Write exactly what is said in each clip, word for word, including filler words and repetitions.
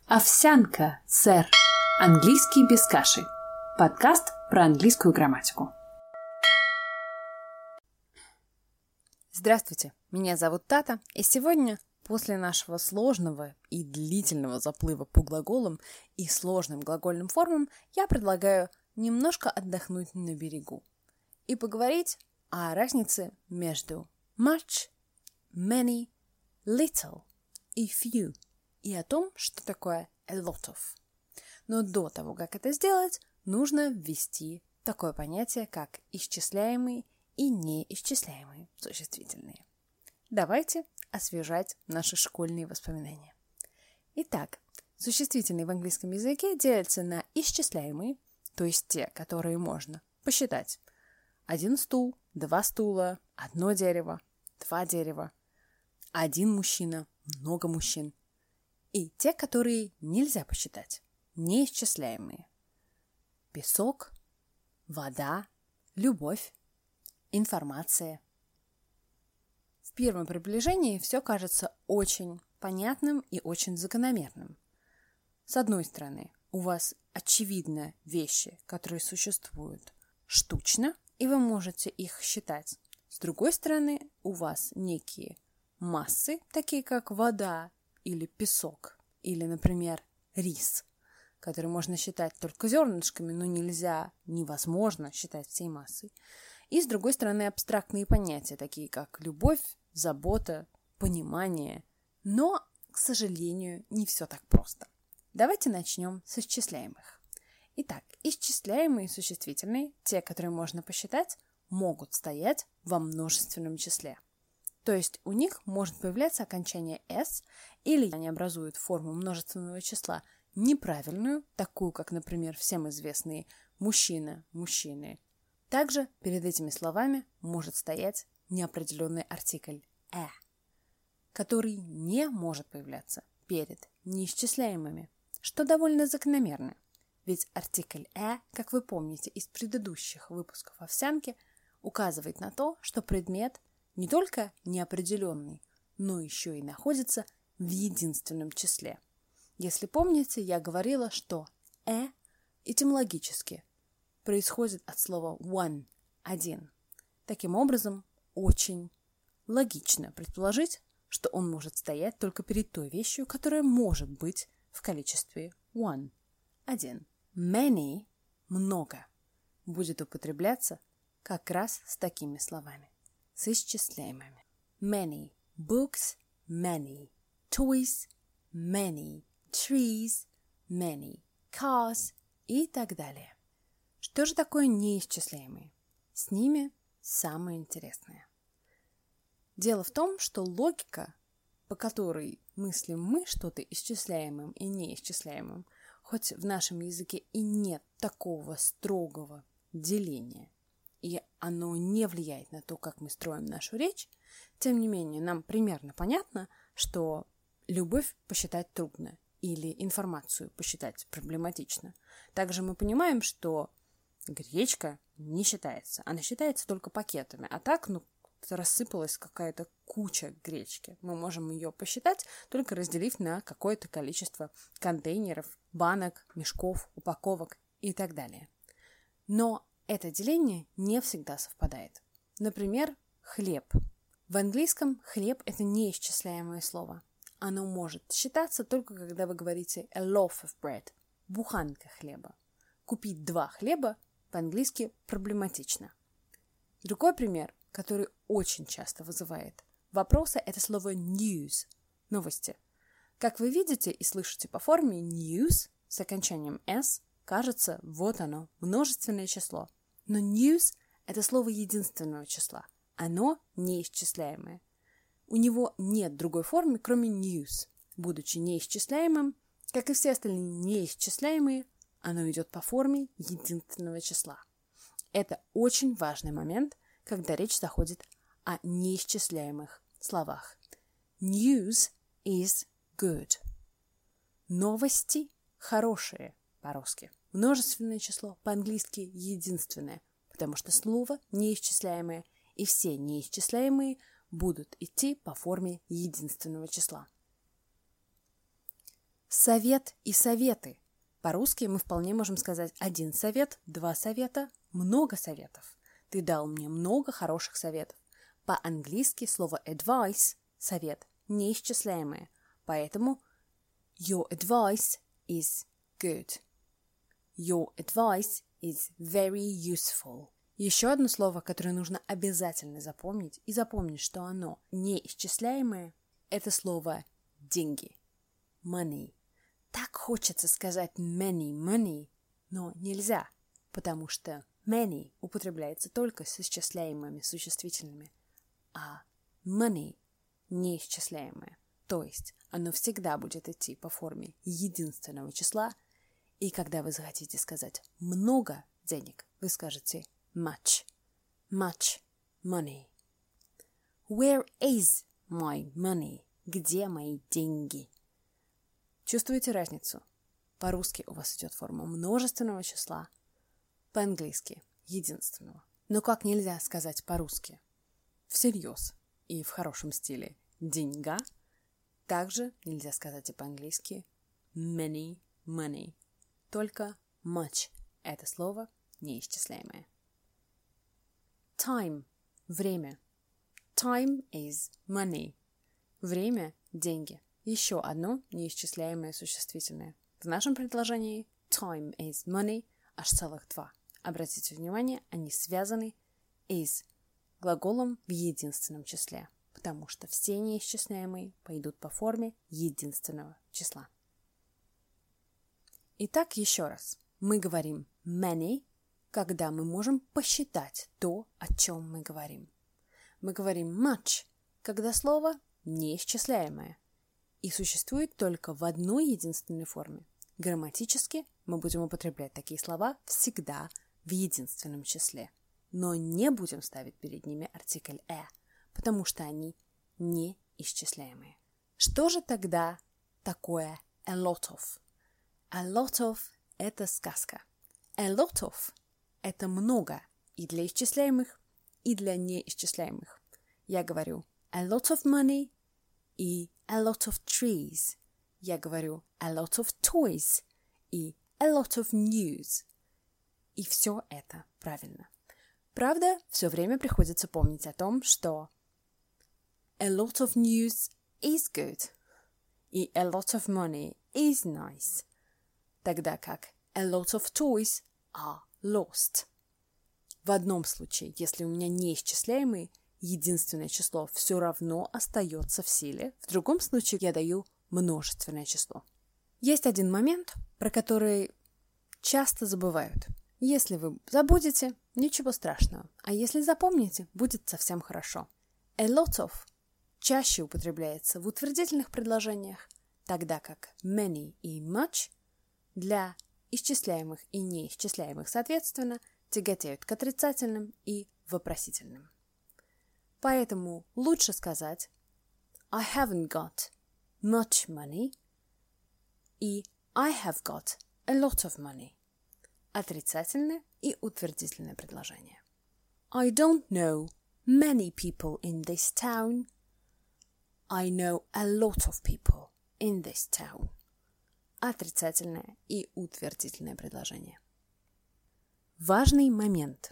Овсянка, сэр. Английский без каши. Подкаст про английскую грамматику. Здравствуйте, меня зовут Тата, и сегодня, после нашего сложного и длительного заплыва по глаголам и сложным глагольным формам, я предлагаю немножко отдохнуть на берегу и поговорить о разнице между much, many, little и few, и о том, что такое a lot of. Но до того, как это сделать, нужно ввести такое понятие, как исчисляемые и неисчисляемые существительные. Давайте освежать наши школьные воспоминания. Итак, существительные в английском языке делятся на исчисляемые, то есть те, которые можно посчитать. Один стул, два стула, одно дерево, два дерева, один мужчина, много мужчин. И те, которые нельзя посчитать, неисчисляемые. Песок, вода, любовь, информация. В первом приближении все кажется очень понятным и очень закономерным. С одной стороны, у вас очевидно вещи, которые существуют штучно, и вы можете их считать. С другой стороны, у вас некие массы, такие как вода или песок, или, например, рис, который можно считать только зернышками, но нельзя, невозможно считать всей массой. И, с другой стороны, абстрактные понятия, такие как любовь, забота, понимание. Но, к сожалению, не все так просто. Давайте начнем с исчисляемых. Итак, исчисляемые существительные, те, которые можно посчитать, могут стоять во множественном числе. То есть у них может появляться окончание «s», или они образуют форму множественного числа неправильную, такую, как, например, всем известные «мужчина», «мужчины». Также перед этими словами может стоять неопределенный артикль «э», который не может появляться перед неисчисляемыми, что довольно закономерно. Ведь артикль «э», как вы помните из предыдущих выпусков «Овсянки», указывает на то, что предмет не только неопределенный, но еще и находится в единственном числе. Если помните, я говорила, что «э» этимологически происходит от слова one – один. Таким образом, очень логично предположить, что он может стоять только перед той вещью, которая может быть в количестве one – один. Many – много будет употребляться как раз с такими словами, с исчисляемыми. Many books, many toys, many trees, many cars и так далее. Что же такое неисчисляемые? С ними самое интересное. Дело в том, что логика, по которой мыслим мы что-то исчисляемым и неисчисляемым, хоть в нашем языке и нет такого строгого деления, и оно не влияет на то, как мы строим нашу речь, тем не менее, нам примерно понятно, что любовь посчитать трудно или информацию посчитать проблематично. Также мы понимаем, что гречка не считается, она считается только пакетами, а так, ну, рассыпалась какая-то куча гречки. Мы можем ее посчитать, только разделив на какое-то количество контейнеров, банок, мешков, упаковок и так далее. Но это деление не всегда совпадает. Например, хлеб. В английском хлеб – это неисчисляемое слово. Оно может считаться только когда вы говорите a loaf of bread – буханка хлеба. Купить два хлеба по-английски проблематично. Другой пример, который очень часто вызывает вопросы, это слово news – новости. Как вы видите и слышите по форме, news с окончанием s кажется, вот оно, множественное число. Но news – это слово единственного числа. Оно неисчисляемое. У него нет другой формы, кроме news. Будучи неисчисляемым, как и все остальные неисчисляемые, оно идет по форме единственного числа. Это очень важный момент, когда речь заходит о неисчисляемых словах. News is good. Новости хорошие по-русски. Множественное число по-английски единственное, потому что слово неисчисляемое, и все неисчисляемые будут идти по форме единственного числа. совет и советы. По-русски мы вполне можем сказать один совет, два совета, много советов. Ты дал мне много хороших советов. По-английски слово advice – совет неисчисляемое, поэтому your advice is good. Your advice is very useful. Еще одно слово, которое нужно обязательно запомнить, и запомнить, что оно неисчисляемое, это слово деньги. Money. Так хочется сказать many money, но нельзя, потому что many употребляется только с исчисляемыми существительными, а money неисчисляемое, то есть оно всегда будет идти по форме единственного числа, и когда вы захотите сказать много денег, вы скажете much, much money. Where is my money? Где мои деньги? Чувствуете разницу? По-русски у вас идет форма множественного числа, по-английски единственного. Но как нельзя сказать по-русски всерьез и в хорошем стиле деньга, также нельзя сказать и по-английски many money. Только much – это слово неисчисляемое. Time – время. Time is money. Время – деньги. Еще одно неисчисляемое существительное. В нашем предложении time is money аж целых два. Обратите внимание, они связаны is глаголом в единственном числе, потому что все неисчисляемые пойдут по форме единственного числа. Итак, еще раз. Мы говорим many, когда мы можем посчитать то, о чем мы говорим. Мы говорим much, когда слово неисчисляемое и существует только в одной единственной форме. Грамматически мы будем употреблять такие слова всегда в единственном числе, но не будем ставить перед ними артикль «э», потому что они неисчисляемые. Что же тогда такое a lot of? A lot of – это сказка. A lot of – это много и для исчисляемых, и для неисчисляемых. Я говорю a lot of money и a lot of trees. Я говорю a lot of toys и a lot of news. И все это правильно. Правда, все время приходится помнить о том, что a lot of news is good и a lot of money is nice, тогда как a lot of toys are lost. В одном случае, если у меня неисчисляемые, единственное число все равно остается в силе. В другом случае я даю множественное число. Есть один момент, про который часто забывают. Если вы забудете, ничего страшного. А если запомните, будет совсем хорошо. A lot of чаще употребляется в утвердительных предложениях, тогда как many и much для исчисляемых и неисчисляемых, соответственно, тяготеют к отрицательным и вопросительным. Поэтому лучше сказать I haven't got much money и I have got a lot of money. Отрицательное и утвердительное предложение. I don't know many people in this town. I know a lot of people in this town. Отрицательное и утвердительное предложение. Важный момент.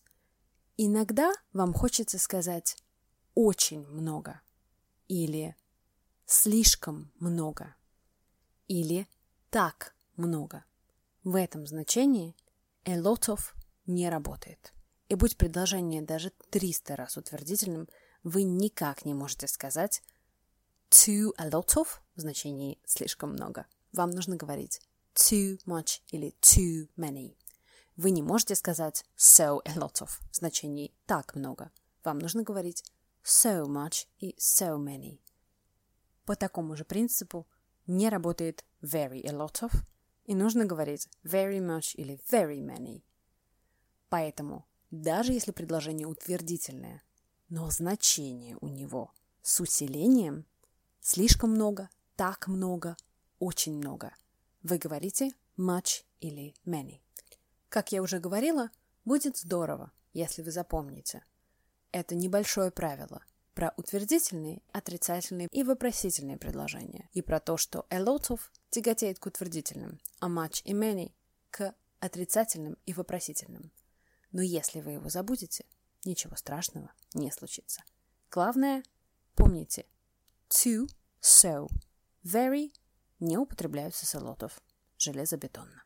Иногда вам хочется сказать «очень много» или «слишком много» или «так много». В этом значении a lot of не работает. И будь предложение даже триста раз утвердительным, вы никак не можете сказать too a lot of в значении «слишком много». Вам нужно говорить too much или too many. Вы не можете сказать so a lot of в значении «так много». Вам нужно говорить so much и so many. По такому же принципу не работает very a lot of, и нужно говорить very much или very many. Поэтому, даже если предложение утвердительное, но значение у него с усилением слишком много, так много, очень много, вы говорите much или many. Как я уже говорила, будет здорово, если вы запомните. Это небольшое правило. про утвердительные, отрицательные и вопросительные предложения, и про то, что a lot of тяготеет к утвердительным, а much и many к отрицательным и вопросительным. Но если вы его забудете, ничего страшного не случится. Главное, помните, to, so, very не употребляются с a lot of, железобетонно.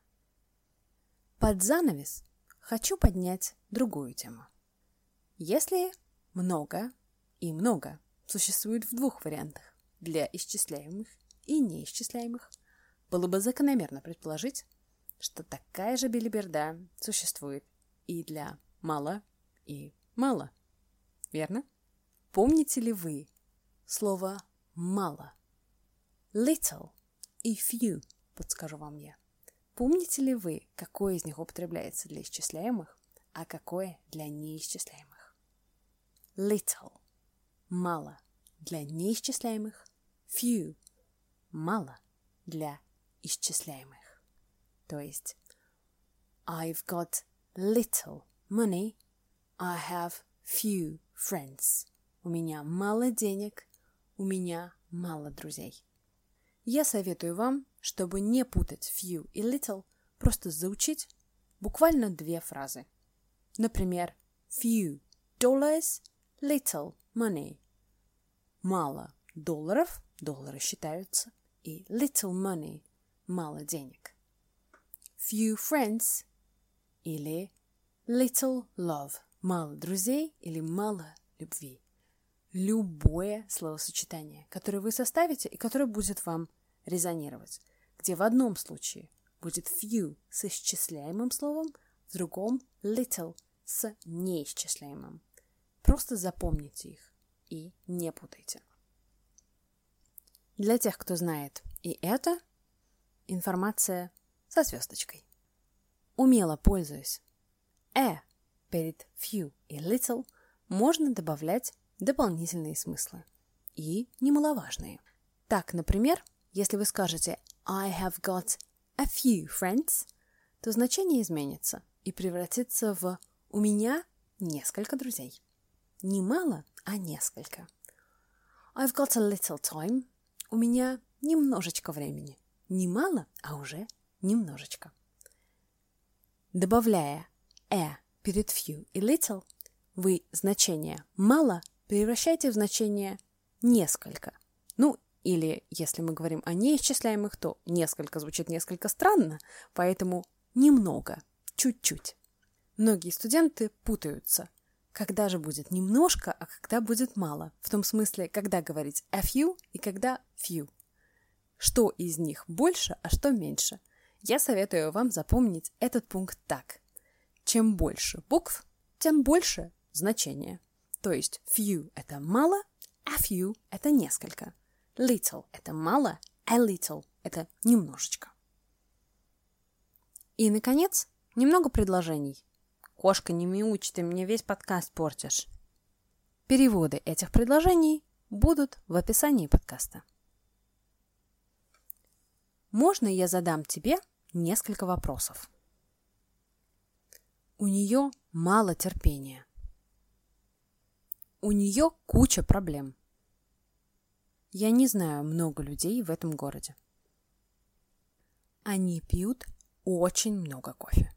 Под занавес хочу поднять другую тему. Если много и много существует в двух вариантах, для исчисляемых и неисчисляемых, было бы закономерно предположить, что такая же белиберда существует и для мало и мало. Верно? Помните ли вы слово «мало»? Little и few, подскажу вам я. Помните ли вы, какое из них употребляется для исчисляемых, а какое для неисчисляемых? Little – мало для неисчисляемых, few – мало для исчисляемых. То есть I've got little money, I have few friends. У меня мало денег, у меня мало друзей. Я советую вам, чтобы не путать few и little, просто заучить буквально две фразы. Например, few dollars, little money. Мало долларов, доллары считаются, и little money, мало денег. Few friends или little love, мало друзей или мало любви. Любое словосочетание, которое вы составите и которое будет вам резонировать, где в одном случае будет few с исчисляемым словом, в другом little с неисчисляемым. Просто запомните их и не путайте. Для тех, кто знает и это, информация со звездочкой. Умело пользуясь «э» перед few и little, можно добавлять дополнительные смыслы и немаловажные. Так, например, если вы скажете I have got a few friends, то значение изменится и превратится в «у меня несколько друзей». Не мало, а несколько. I've got a little time. У меня немножечко времени. Не мало, а уже немножечко. Добавляя «э» перед few и little, вы значение «мало» превращайте в значение «несколько». Ну, или, если мы говорим о неисчисляемых, то «несколько» звучит несколько странно, поэтому «немного», «чуть-чуть». Многие студенты путаются, когда же будет немножко, а когда будет мало. В том смысле, когда говорить a few и когда few. Что из них больше, а что меньше? Я советую вам запомнить этот пункт так. Чем больше букв, тем больше значение. То есть few – это мало, a few – это несколько. Little – это мало, a little – это немножечко. И, наконец, немного предложений. Кошка, не мяучь, ты мне весь подкаст портишь. Переводы этих предложений будут в описании подкаста. Можно я задам тебе несколько вопросов? У нее мало терпения. У нее куча проблем. Я не знаю много людей в этом городе. Они пьют очень много кофе.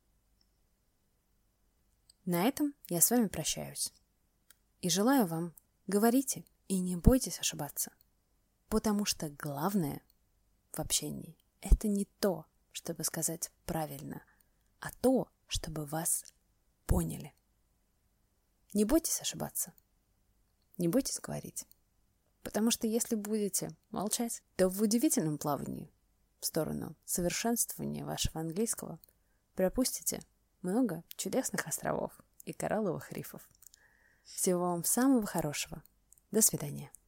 На этом я с вами прощаюсь. И желаю вам говорите и не бойтесь ошибаться. Потому что главное в общении – это не то, чтобы сказать правильно, а то, чтобы вас поняли. Не бойтесь ошибаться. Не бойтесь говорить. Потому что если будете молчать, то в удивительном плавании в сторону совершенствования вашего английского пропустите много чудесных островов и коралловых рифов. Всего вам самого хорошего. До свидания.